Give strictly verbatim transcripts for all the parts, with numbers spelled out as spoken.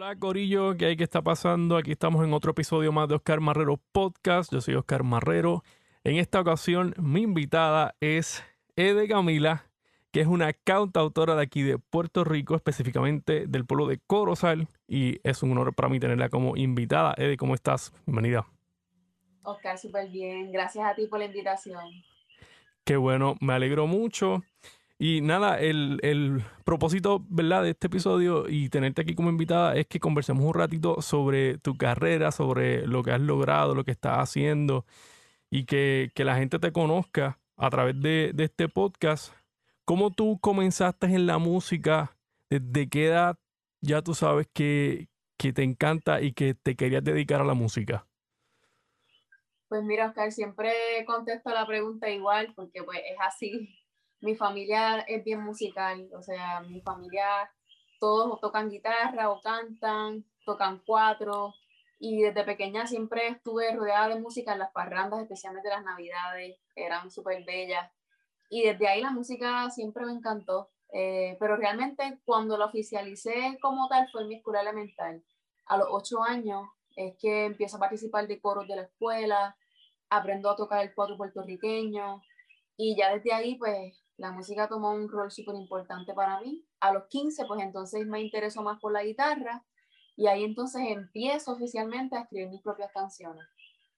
Hola Corillo, ¿qué hay que está pasando? Aquí estamos en otro episodio más de Oscar Marrero Podcast. Yo soy Oscar Marrero. En esta ocasión mi invitada es Ede Camila, que es una cantautora de aquí de Puerto Rico, específicamente del pueblo de Corozal, y es un honor para mí tenerla como invitada. Ede, ¿cómo estás? Bienvenida. Oscar, súper bien. Gracias a ti por la invitación. Qué bueno, me alegro mucho. Y nada, el, el propósito, ¿verdad?, de este episodio y tenerte aquí como invitada es que conversemos un ratito sobre tu carrera, sobre lo que has logrado, lo que estás haciendo y que, que la gente te conozca a través de, de este podcast. ¿Cómo tú comenzaste en la música? ¿Desde qué edad ya tú sabes que, que te encanta y que te querías dedicar a la música? Pues mira, Oscar, siempre contesto la pregunta igual porque pues es así. Mi familia es bien musical, o sea, mi familia todos o tocan guitarra o cantan, tocan cuatro y desde pequeña siempre estuve rodeada de música en las parrandas, especialmente las navidades, eran súper bellas y desde ahí la música siempre me encantó. Eh, pero realmente cuando lo oficialicé como tal fue en mi escuela elemental. A los ocho años es que empiezo a participar de coros de la escuela, aprendo a tocar el cuatro puertorriqueño y ya desde ahí pues la música tomó un rol súper importante para mí. A los quince pues entonces me interesó más por la guitarra y ahí entonces empiezo oficialmente a escribir mis propias canciones.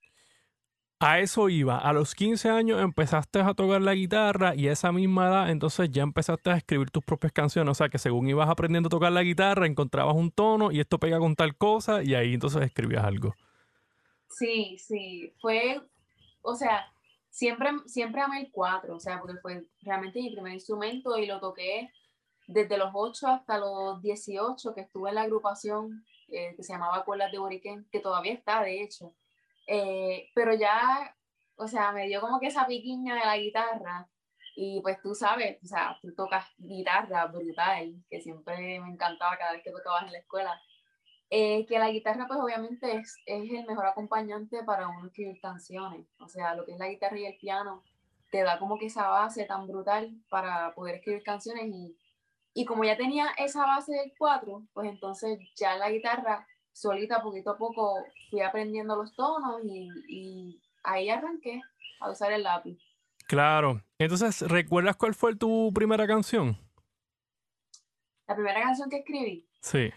A eso iba. A los quince años empezaste a tocar la guitarra y a esa misma edad entonces ya empezaste a escribir tus propias canciones. O sea que según ibas aprendiendo a tocar la guitarra, encontrabas un tono y esto pega con tal cosa y ahí entonces escribías algo. Sí, sí, fue, o sea, siempre, siempre amé el cuatro, o sea, porque fue realmente mi primer instrumento y lo toqué desde los ocho hasta los dieciocho que estuve en la agrupación eh, que se llamaba Cuerdas de Boriquén, que todavía está, de hecho. Eh, pero ya, o sea, me dio como que esa piquiña de la guitarra y pues tú sabes, o sea, tú tocas guitarra brutal, que siempre me encantaba cada vez que tocabas en la escuela. Eh, que la guitarra pues obviamente es, es el mejor acompañante para uno escribir canciones, o sea, lo que es la guitarra y el piano te da como que esa base tan brutal para poder escribir canciones y, y como ya tenía esa base del cuatro, pues entonces ya la guitarra solita poquito a poco fui aprendiendo los tonos y, y ahí arranqué a usar el lápiz. Claro. Entonces, ¿recuerdas cuál fue tu primera canción? La primera canción que escribí, Sí.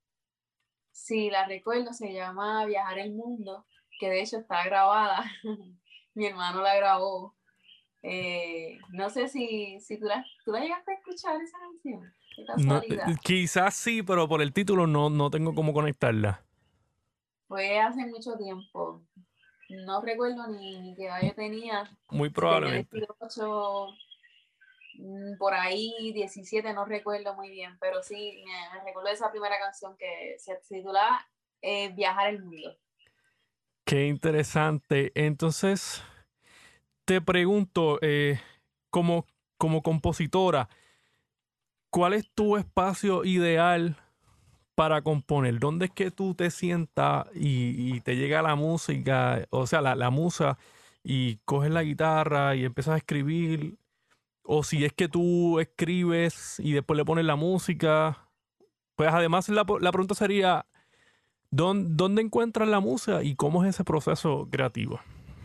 si la recuerdo, se llama Viajar el Mundo, que de hecho está grabada. Mi hermano la grabó. Eh, no sé si, si tú, la, tú la llegaste a escuchar esa canción. Qué No, casualidad. eh, quizás sí, pero por el título no, no tengo cómo conectarla. Fue hace mucho tiempo. No recuerdo ni, ni qué edad yo tenía. Muy Si tenía probablemente. dieciocho, mm, por ahí diecisiete, no recuerdo muy bien. Pero sí, me, me recuerdo de esa primera canción que se titulaba eh, Viajar el Mundo. Qué interesante. Entonces, te pregunto, eh, como, como compositora, ¿cuál es tu espacio ideal para componer? ¿Dónde es que tú te sientas y, y te llega la música, o sea, la, la musa, y coges la guitarra y empiezas a escribir? O si es que tú escribes y después le pones la música. Pues además la, la pregunta sería, ¿dónde, ¿dónde encuentras la música y cómo es ese proceso creativo?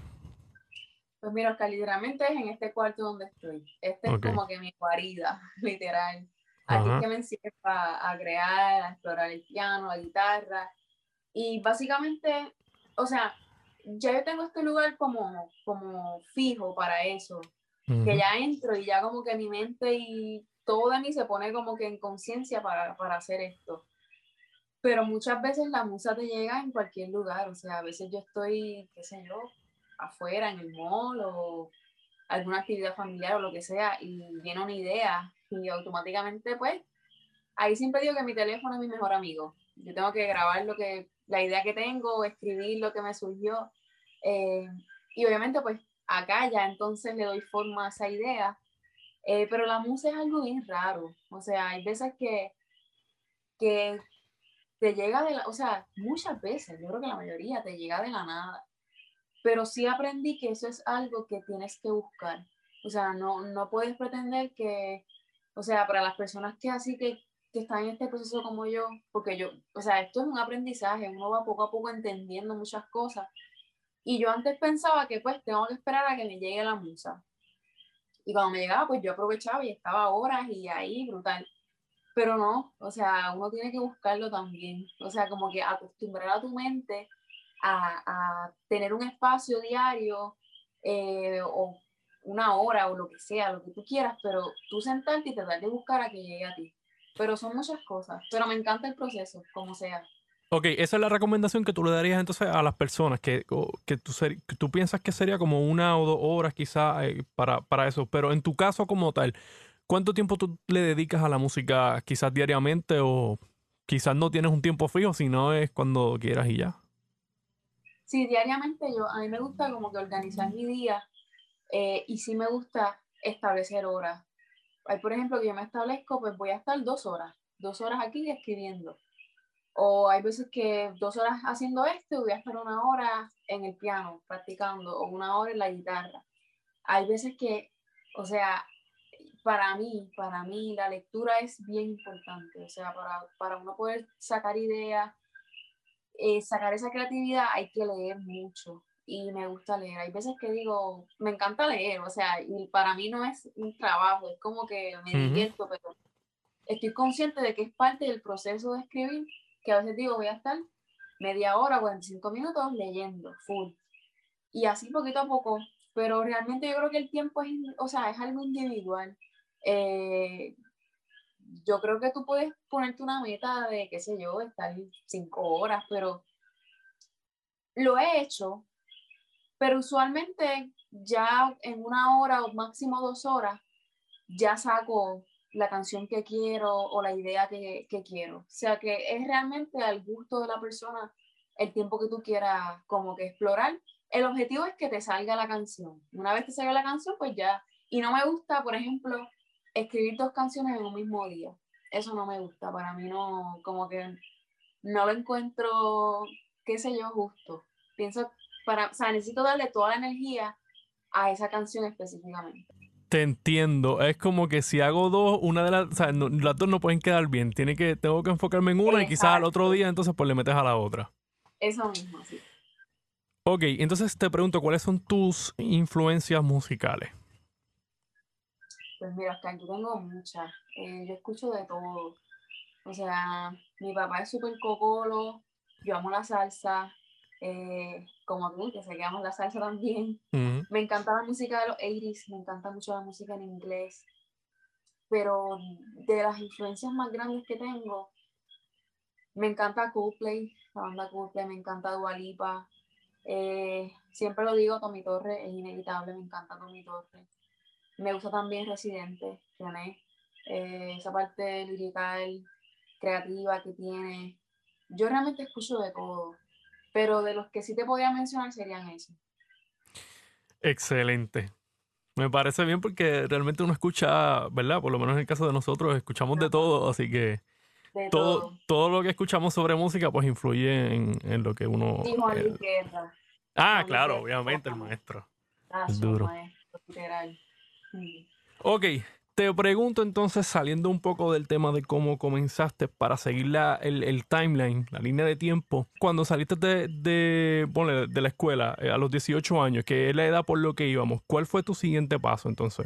Pues mira, Oscar, literalmente es en este cuarto donde estoy. Este es Ok. como que mi guarida, literal. Aquí es Ajá. que me encierro a, a crear, a explorar el piano, la guitarra. Y básicamente, o sea, ya yo tengo este lugar como, como fijo para eso, que Ujú. ya entro y ya como que mi mente y todo de mí se pone como que en conciencia para, para hacer esto. Pero muchas veces la musa te llega en cualquier lugar, o sea, a veces yo estoy, qué sé yo, afuera en el mall o alguna actividad familiar o lo que sea y viene una idea y automáticamente pues ahí siempre digo que mi teléfono es mi mejor amigo. Yo tengo que grabar lo que, la idea que tengo, escribir lo que me surgió. Eh, y obviamente, pues acá ya entonces le doy forma a esa idea. Eh, pero la música es algo bien raro. O sea, hay veces que, que te llega de la, o sea, muchas veces, yo creo que la mayoría te llega de la nada. Pero sí aprendí que eso es algo que tienes que buscar. O sea, no, no puedes pretender que, o sea, para las personas que así que que están en este proceso como yo, porque yo, o sea, esto es un aprendizaje, uno va poco a poco entendiendo muchas cosas. Y yo antes pensaba que pues tengo que esperar a que me llegue la musa. Y cuando me llegaba, pues yo aprovechaba y estaba horas y ahí, brutal. Pero no, o sea, uno tiene que buscarlo también. O sea, como que acostumbrar a tu mente a, a tener un espacio diario eh, o una hora o lo que sea, lo que tú quieras, pero tú sentarte y tratar de buscar a que llegue a ti. Pero son muchas cosas, pero me encanta el proceso, como sea. Ok, esa es la recomendación que tú le darías entonces a las personas, que, o- que, tú, ser- que tú piensas que sería como una o dos horas quizá eh, para, para eso, pero en tu caso como tal, ¿cuánto tiempo tú le dedicas a la música quizás diariamente o quizás no tienes un tiempo fijo, sino es cuando quieras y ya? Sí, diariamente yo, a mí me gusta como que organizar mi día eh, y sí me gusta establecer horas. Hay, por ejemplo, que yo me establezco, pues voy a estar dos horas, dos horas aquí escribiendo. O hay veces que dos horas haciendo esto y voy a estar una hora en el piano practicando o una hora en la guitarra. Hay veces que, o sea, para mí, para mí la lectura es bien importante. O sea, para, para uno poder sacar ideas, eh, sacar esa creatividad hay que leer mucho y me gusta leer. Hay veces que digo, me encanta leer, o sea, y para mí no es un trabajo, es como que me Ujú. divierto, pero estoy consciente de que es parte del proceso de escribir, que a veces digo, voy a estar media hora, cuarenta y cinco minutos leyendo, full. Y así poquito a poco, pero realmente yo creo que el tiempo es, o sea, es algo individual. Eh, yo creo que tú puedes ponerte una meta de, qué sé yo, estar cinco horas, pero lo he hecho, pero usualmente ya en una hora o máximo dos horas ya saco la canción que quiero o la idea que, que quiero. O sea que es realmente al gusto de la persona el tiempo que tú quieras como que explorar. El objetivo es que te salga la canción. Una vez que salga la canción, pues ya. Y no me gusta, por ejemplo, escribir dos canciones en un mismo día. Eso no me gusta. Para mí no, como que no lo encuentro, qué sé yo, justo. Pienso, para, o sea, necesito darle toda la energía a esa canción específicamente. Te entiendo. Es como que si hago dos, una de las, o sea, no- las dos no pueden quedar bien. Tiene que, tengo que enfocarme en una y quizás al otro Exacto. día entonces pues le metes a la otra. Eso mismo, sí. Ok, entonces te pregunto, ¿cuáles son tus influencias musicales? Pues mira, Oscar, yo tengo muchas. Eh, yo escucho de todo. O sea, mi papá es súper cocolo, yo amo la salsa, eh, como tú, que sé que amas la salsa también. Ujú. Me encanta la música de los ochenta, me encanta mucho la música en inglés, pero de las influencias más grandes que tengo, me encanta Coldplay, la banda Coldplay, me encanta Dua Lipa, eh, siempre lo digo, Tommy Torres es inevitable, me encanta Tommy Torres. Me gusta también Residente, René, eh, esa parte lirical, creativa que tiene. Yo realmente escucho de todo, pero de los que sí te podía mencionar serían esos. Excelente. Me parece bien porque realmente uno escucha, ¿verdad? Por lo menos en el caso de nosotros, escuchamos de Ajá, todo, así que de todo, todo. todo lo que escuchamos sobre música pues influye en, en lo que uno... Sí, Juan eh, Luis Guerra. Ah, Juan Luis claro, Guerra, lo obviamente el amo. maestro. Es Nacho, duro. maestro, literal. Mm. Ok, te pregunto entonces, saliendo un poco del tema de cómo comenzaste para seguir la, el, el timeline, la línea de tiempo, cuando saliste de, de, ponle, de la escuela eh, a los dieciocho años, que es la edad por lo que íbamos, ¿cuál fue tu siguiente paso entonces?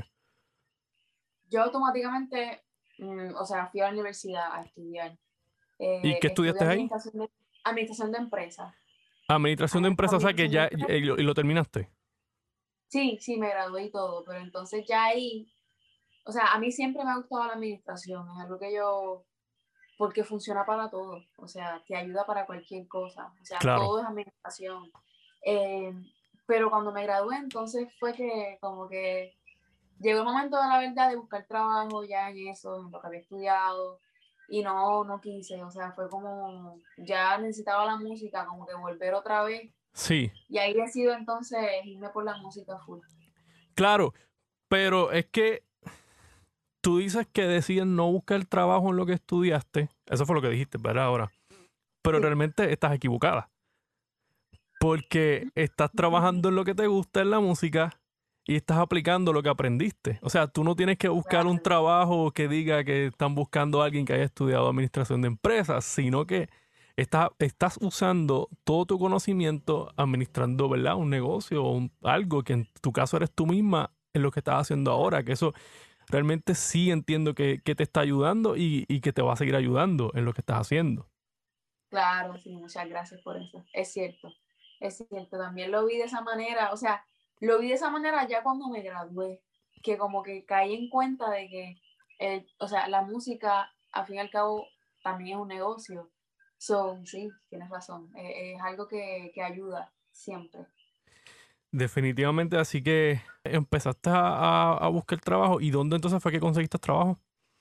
Yo automáticamente, mm, o sea, fui a la universidad a estudiar. ¿Y Eh, qué estudié estudiaste ahí? administración de, administración de empresas. Administración de empresas, o sea que Administración de ya empresas. y lo, y lo terminaste. Sí, sí, me gradué y todo, pero entonces ya ahí, o sea, a mí siempre me ha gustado la administración, es algo que yo, porque funciona para todo, o sea, te ayuda para cualquier cosa, o sea, Claro. todo es administración. Eh, pero cuando me gradué, entonces fue que como que llegó el momento de la verdad de buscar trabajo ya en eso, en lo que había estudiado, y no, no quise, o sea, fue como, ya necesitaba la música, como que volver otra vez, Sí, y ahí decido entonces irme por la música full. claro, pero es que tú dices que decides no buscar trabajo en lo que estudiaste. Eso fue lo que dijiste, ¿verdad? Ahora. Pero Sí. realmente estás equivocada. Porque estás trabajando en lo que te gusta, en la música, y estás aplicando lo que aprendiste. O sea, tú no tienes que buscar un Claro, trabajo que diga que están buscando a alguien que haya estudiado administración de empresas, sino que estás, estás usando todo tu conocimiento administrando, ¿verdad? Un negocio o un- algo que en tu caso eres tú misma en lo que estás haciendo ahora, que eso realmente sí entiendo que, que te está ayudando y, y que te va a seguir ayudando en lo que estás haciendo. claro, sí, muchas gracias por eso. Es cierto, es cierto. También lo vi de esa manera, o sea, lo vi de esa manera ya cuando me gradué, que como que caí en cuenta de que, el, o sea, la música, al fin y al cabo, también es un negocio. So, sí, tienes razón. Eh, es algo que, que ayuda siempre. Definitivamente, así que empezaste a, a- a buscar trabajo. ¿Y dónde entonces fue que conseguiste trabajo?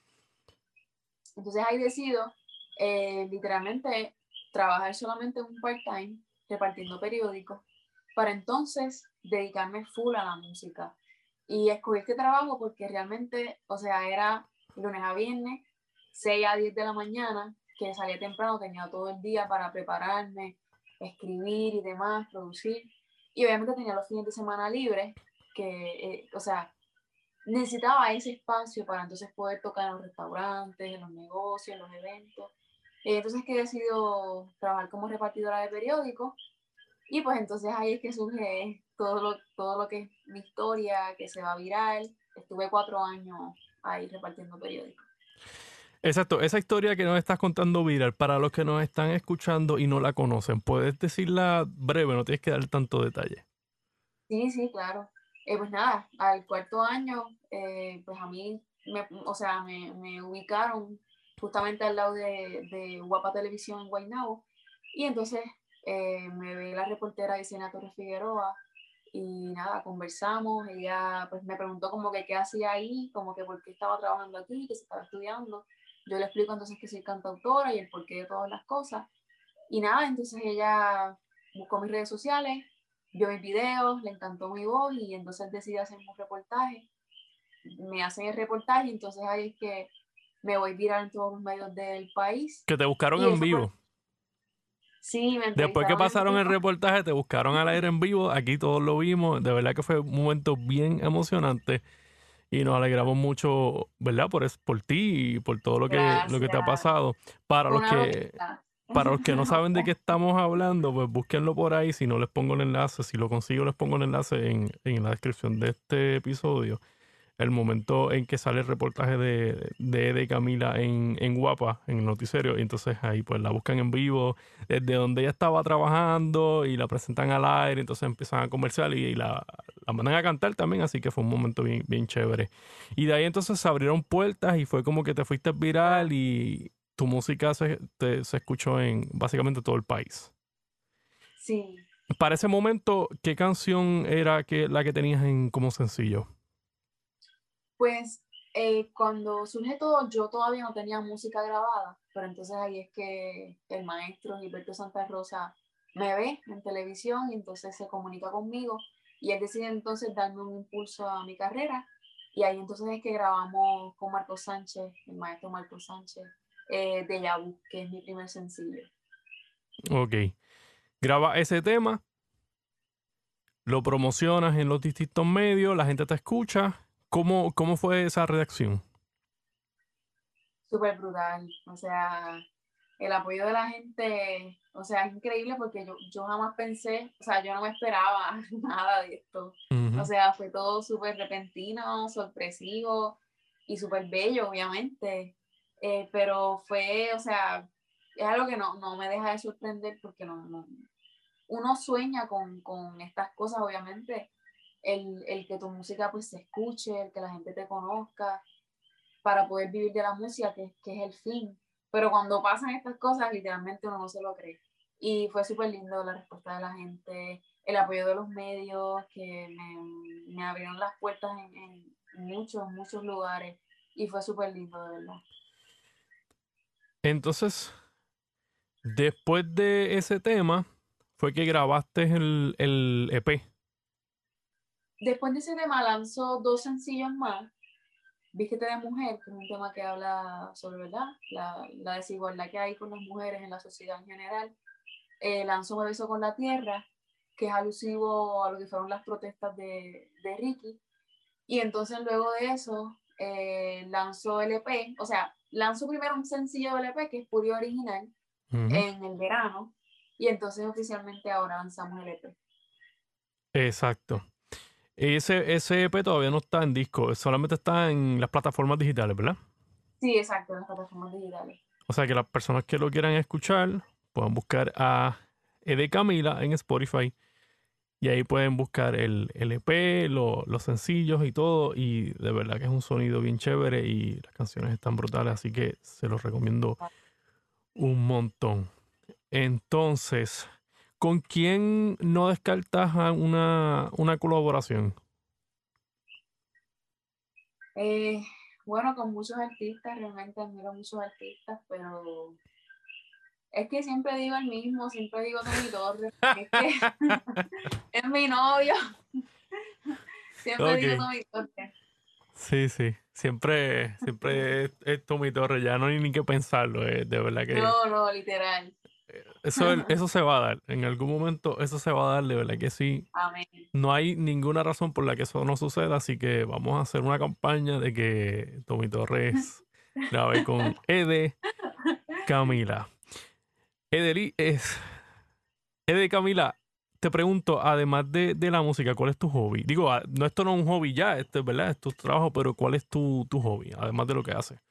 Entonces ahí decido eh, literalmente trabajar solamente un part-time repartiendo periódicos para entonces dedicarme full a la música. Y escogí este trabajo porque realmente, o sea, era lunes a viernes, seis a diez de la mañana, que salía temprano, tenía todo el día para prepararme, escribir y demás, producir. Y obviamente tenía los fines de semana libres, que, eh, o sea, necesitaba ese espacio para entonces poder tocar en los restaurantes, en los negocios, en los eventos. Eh, entonces que he decidido trabajar como repartidora de periódicos y pues entonces ahí es que surge todo lo, todo lo que es mi historia, que se va viral. Estuve cuatro años ahí repartiendo periódicos. Exacto, esa historia que nos estás contando viral, para los que nos están escuchando y no la conocen, puedes decirla breve, no tienes que dar tanto detalle. Sí, sí, claro. Eh, pues nada, al cuarto año, eh, pues a mí, me, o sea, me, me ubicaron justamente al lado de, de Guapa Televisión en Guaynabo. Y entonces eh, me ve la reportera Vicena Torres Figueroa y nada, conversamos. Ella pues me preguntó como que qué hacía ahí, como que por qué estaba trabajando aquí, que se estaba estudiando. Yo le explico entonces que soy cantautora y el porqué de todas las cosas. Y nada, entonces ella buscó mis redes sociales, vio mis videos, le encantó mi voz y entonces decidí hacer un reportaje. Me hacen el reportaje, entonces ahí es que me voy viral en todos los medios del país. Que te buscaron Y en eso fue, vivo. sí, me Después que entrevistaron en pasaron el vivo. reportaje, te buscaron al aire en vivo. Aquí todos lo vimos. De verdad que fue un momento bien emocionante. Y nos alegramos mucho, ¿verdad? Por, es- por ti y por todo lo que, lo que te ha Gracias. pasado. Para los Una que, locura. para los que no Una saben de locura. qué estamos hablando, pues búsquenlo por ahí. Si no les pongo el enlace, si lo consigo, les pongo el enlace en, en la descripción de este episodio. El momento en que sale el reportaje de, de, de Camila en, en Guapa, en el noticiero, y entonces ahí pues la buscan en vivo desde donde ella estaba trabajando y la presentan al aire, entonces empiezan a comercial y, y la, la mandan a cantar también, así que fue un momento bien, bien chévere. Y de ahí entonces se abrieron puertas y fue como que te fuiste viral y tu música se, te- se escuchó en básicamente todo el país. Sí, Para ese momento, ¿qué canción era que, la que tenías en como sencillo? pues eh, cuando surge todo, yo todavía no tenía música grabada, pero entonces ahí es que el maestro Gilberto Santa Rosa me ve en televisión y entonces se comunica conmigo y él decide entonces darme un impulso a mi carrera y ahí entonces es que grabamos con Marco Sánchez, el maestro Marco Sánchez, eh, de Yabu, que es mi primer sencillo. Ok. Graba ese tema, lo promocionas en los distintos medios, la gente te escucha. ¿Cómo, cómo fue esa reacción? Súper brutal, o sea, el apoyo de la gente, o sea, es increíble porque yo, yo jamás pensé, o sea, yo no me esperaba nada de esto. O Ujú. sea, fue todo súper repentino, sorpresivo y súper bello, obviamente. Eh, pero fue, o sea, es algo que no, no me deja de sorprender porque no, no, uno sueña con, con estas cosas, obviamente, el, el que tu música pues se escuche, el que la gente te conozca para poder vivir de la música, que, que es el fin. Pero cuando pasan estas cosas, literalmente uno no se lo cree. Y fue súper lindo la respuesta de la gente, el apoyo de los medios, que me, me abrieron las puertas en, en muchos, muchos lugares. Y fue súper lindo, de verdad. Entonces, después de ese tema, fue que grabaste el, el E P. Después de ese tema lanzó dos sencillos más. Vístete de mujer, que es un tema que habla sobre, ¿verdad?, la, la desigualdad que hay con las mujeres en la sociedad en general. Eh, lanzó Me beso con la tierra, que es alusivo a lo que fueron las protestas de, de Ricky. Y entonces luego de eso eh, lanzó el E P, o sea, lanzó primero un sencillo del E P que es Puro Original Ujú. en el verano, y entonces oficialmente ahora lanzamos el E P. Exacto. Ese, ese E P todavía no está en disco, solamente está en las plataformas digitales, ¿verdad? Sí, exacto, en las plataformas digitales. O sea que las personas que lo quieran escuchar puedan buscar a Ede Camila en Spotify y ahí pueden buscar el, el E P, lo- los sencillos y todo. Y de verdad que es un sonido bien chévere y las canciones están brutales, así que se los recomiendo un montón. Entonces, ¿con quién no descartas a una, una colaboración? Eh, bueno, con muchos artistas, realmente admiro muchos artistas, pero es que siempre digo el mismo, siempre digo Tommy Torres, es que es mi novio, siempre digo Ok, Tommy Torres. sí, sí. Siempre, siempre es, es Tommy Torres, ya no hay ni que pensarlo, eh, de verdad que No, no, literal. eso, eso se va a dar. En algún momento eso se va a dar, de verdad que sí. Amén. No hay ninguna razón por la que eso no suceda, así que vamos a hacer una campaña de que Tommy Torres grabe con Ede Camila. Edeli es. Ede Camila, te pregunto, además de, de la música, ¿cuál es tu hobby? Digo, ah, no, esto no es un hobby ya, esto es verdad, esto es tu trabajo, pero ¿cuál es tu, tu hobby, además de lo que haces?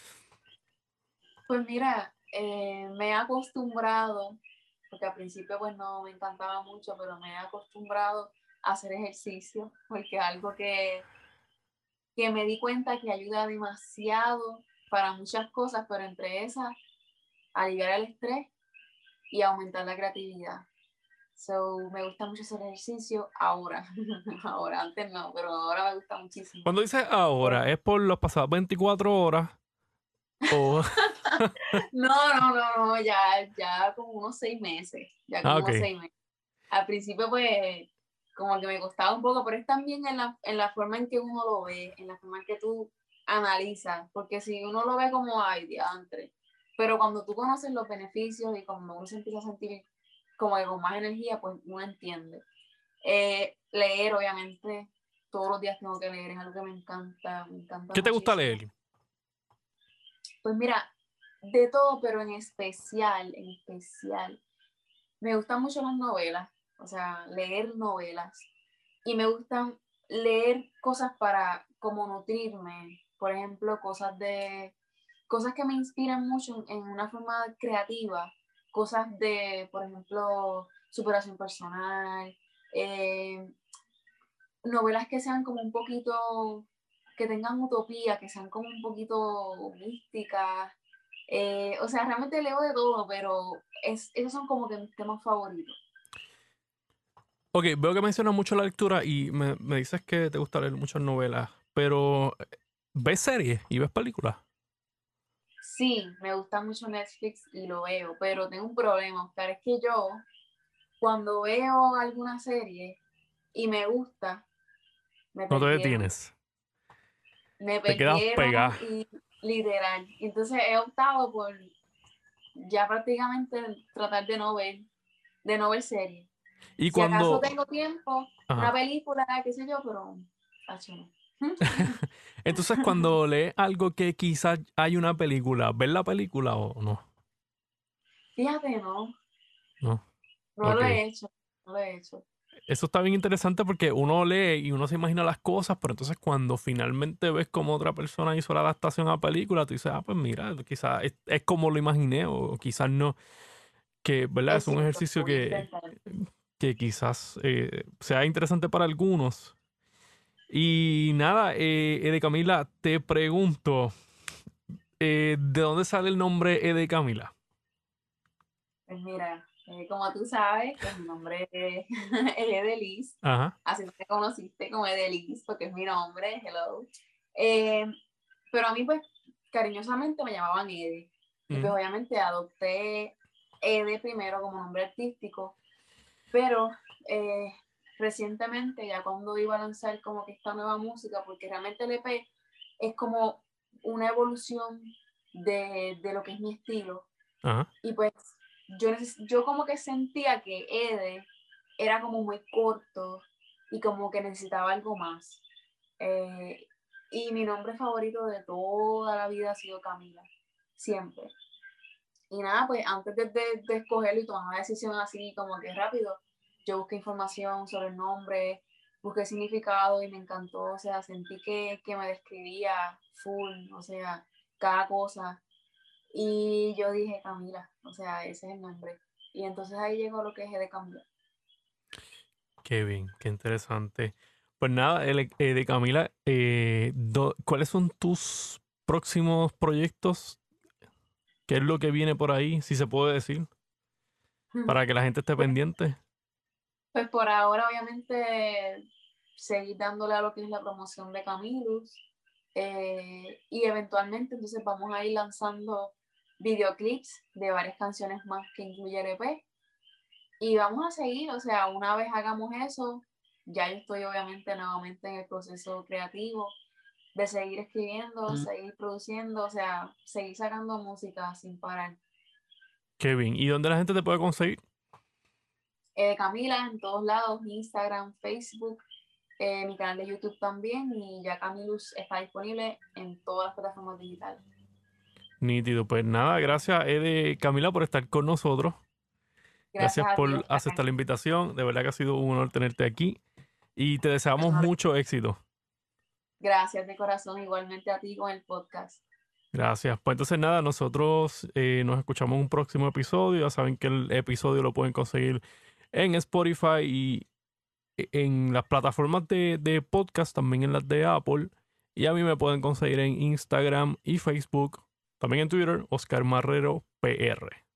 Pues mira, eh, me he acostumbrado, porque al principio pues no me encantaba mucho, pero me he acostumbrado a hacer ejercicio, porque es algo que, que me di cuenta que ayuda demasiado para muchas cosas, pero entre esas, aliviar el estrés y aumentar la creatividad. So, me gusta mucho hacer ejercicio ahora, ahora, antes no, pero ahora me gusta muchísimo. Cuando dices ahora, ¿es por las pasadas veinticuatro horas o...? No, no, no, no, ya, ya como unos seis meses, ya Ah, como ok. unos seis meses. Al principio pues como que me costaba un poco, pero es también en la, en la forma en que uno lo ve, en la forma en que tú analizas, porque si uno lo ve como, ay, diantre, pero cuando tú conoces los beneficios y cuando uno se empieza a sentir como que con más energía, pues uno entiende. Eh, leer, obviamente, todos los días tengo que leer, es algo que me encanta, me encanta ¿Qué te gusta muchísimo. leer? Pues mira, de todo, pero en especial, en especial, me gustan mucho las novelas, o sea, leer novelas. Y me gustan leer cosas para como nutrirme, por ejemplo, cosas de cosas que me inspiran mucho en una forma creativa, cosas de, por ejemplo, superación personal, eh, novelas que sean como un poquito, que tengan utopía, que sean como un poquito místicas. Eh, o sea, realmente leo de todo, pero es, esos son como que mis temas favoritos. Ok, veo que mencionas mucho la lectura y me, me dices que te gusta leer muchas novelas, pero eh, ¿ves series y ves películas? Sí, me gusta mucho Netflix y lo veo, pero tengo un problema, Oscar, es que yo cuando veo alguna serie y me gusta, me No te perdieron, detienes, me te quedas perdieron pegada. y literal. Entonces he optado por ya prácticamente tratar de no ver, de no ver series. Y Si acaso cuando... tengo tiempo, una Ajá. película, qué sé yo, pero tacho, no. Entonces, cuando lees algo que quizás hay una película, ¿ves la película o no? Fíjate, no, No. no lo Ok. he hecho, no lo he hecho. Eso está bien interesante porque uno lee y uno se imagina las cosas, pero entonces cuando finalmente ves cómo otra persona hizo la adaptación a película, tú dices, ah, pues mira, quizás es, es como lo imaginé o quizás no. Que, ¿verdad? Es Es un cierto, ejercicio voy a que, intentar. que quizás eh, sea interesante para algunos. Y nada, eh, Ede Camila, te pregunto, eh, ¿de dónde sale el nombre Ede Camila? Pues mira, eh, como tú sabes, pues mi nombre es, es Edelis, Ajá. así me conociste como Edelis, porque es mi nombre, hello. Eh, pero a mí, pues, cariñosamente me llamaban Ede. Y pues Mm, obviamente adopté Ede primero como nombre artístico, pero eh, recientemente, ya cuando iba a lanzar como que esta nueva música, porque realmente el E P es como una evolución de, de lo que es mi estilo, ajá. y pues yo, yo como que sentía que Ede era como muy corto y como que necesitaba algo más. Eh, y mi nombre favorito de toda la vida ha sido Camila, siempre. Y nada, pues antes de, de, de escogerlo y tomar una decisión así como que rápido, yo busqué información sobre el nombre, busqué significado y me encantó, o sea, sentí que, que me describía full, o sea, cada cosa. Y yo dije, Camila, o sea, ese es el nombre. Y entonces ahí llegó lo que es de Camila. Qué bien, qué interesante. Pues nada, ele- eh, de Camila, eh, do- ¿cuáles son tus próximos proyectos? ¿Qué es lo que viene por ahí, si se puede decir, para que la gente esté Pues, pendiente? pues por ahora, obviamente, seguir dándole a lo que es la promoción de Camilus. Eh, y eventualmente, entonces, vamos a ir lanzando videoclips de varias canciones más que incluye el E P. Y vamos a seguir, o sea, una vez hagamos eso, ya yo estoy obviamente nuevamente en el proceso creativo de seguir escribiendo, seguir produciendo, o sea, seguir sacando música sin parar. Qué bien. ¿Y dónde la gente te puede conseguir? Eh, Camila en todos lados, Instagram, Facebook, eh, mi canal de YouTube también, y ya Camilus está disponible en todas las plataformas digitales. Nítido. Pues nada, gracias, Ede Camila, por estar con nosotros. Gracias Gracias a ti, por Oscar. aceptar la invitación. De verdad que ha sido un honor tenerte aquí. Y te deseamos mucho éxito. Gracias de corazón, igualmente a ti con el podcast. Gracias. Pues entonces nada, nosotros eh, nos escuchamos en un próximo episodio. Ya saben que el episodio lo pueden conseguir en Spotify y e- en las plataformas de, de podcast, también en las de Apple. Y a mí me pueden conseguir en Instagram y Facebook, también en Twitter, Oscar Marrero P R.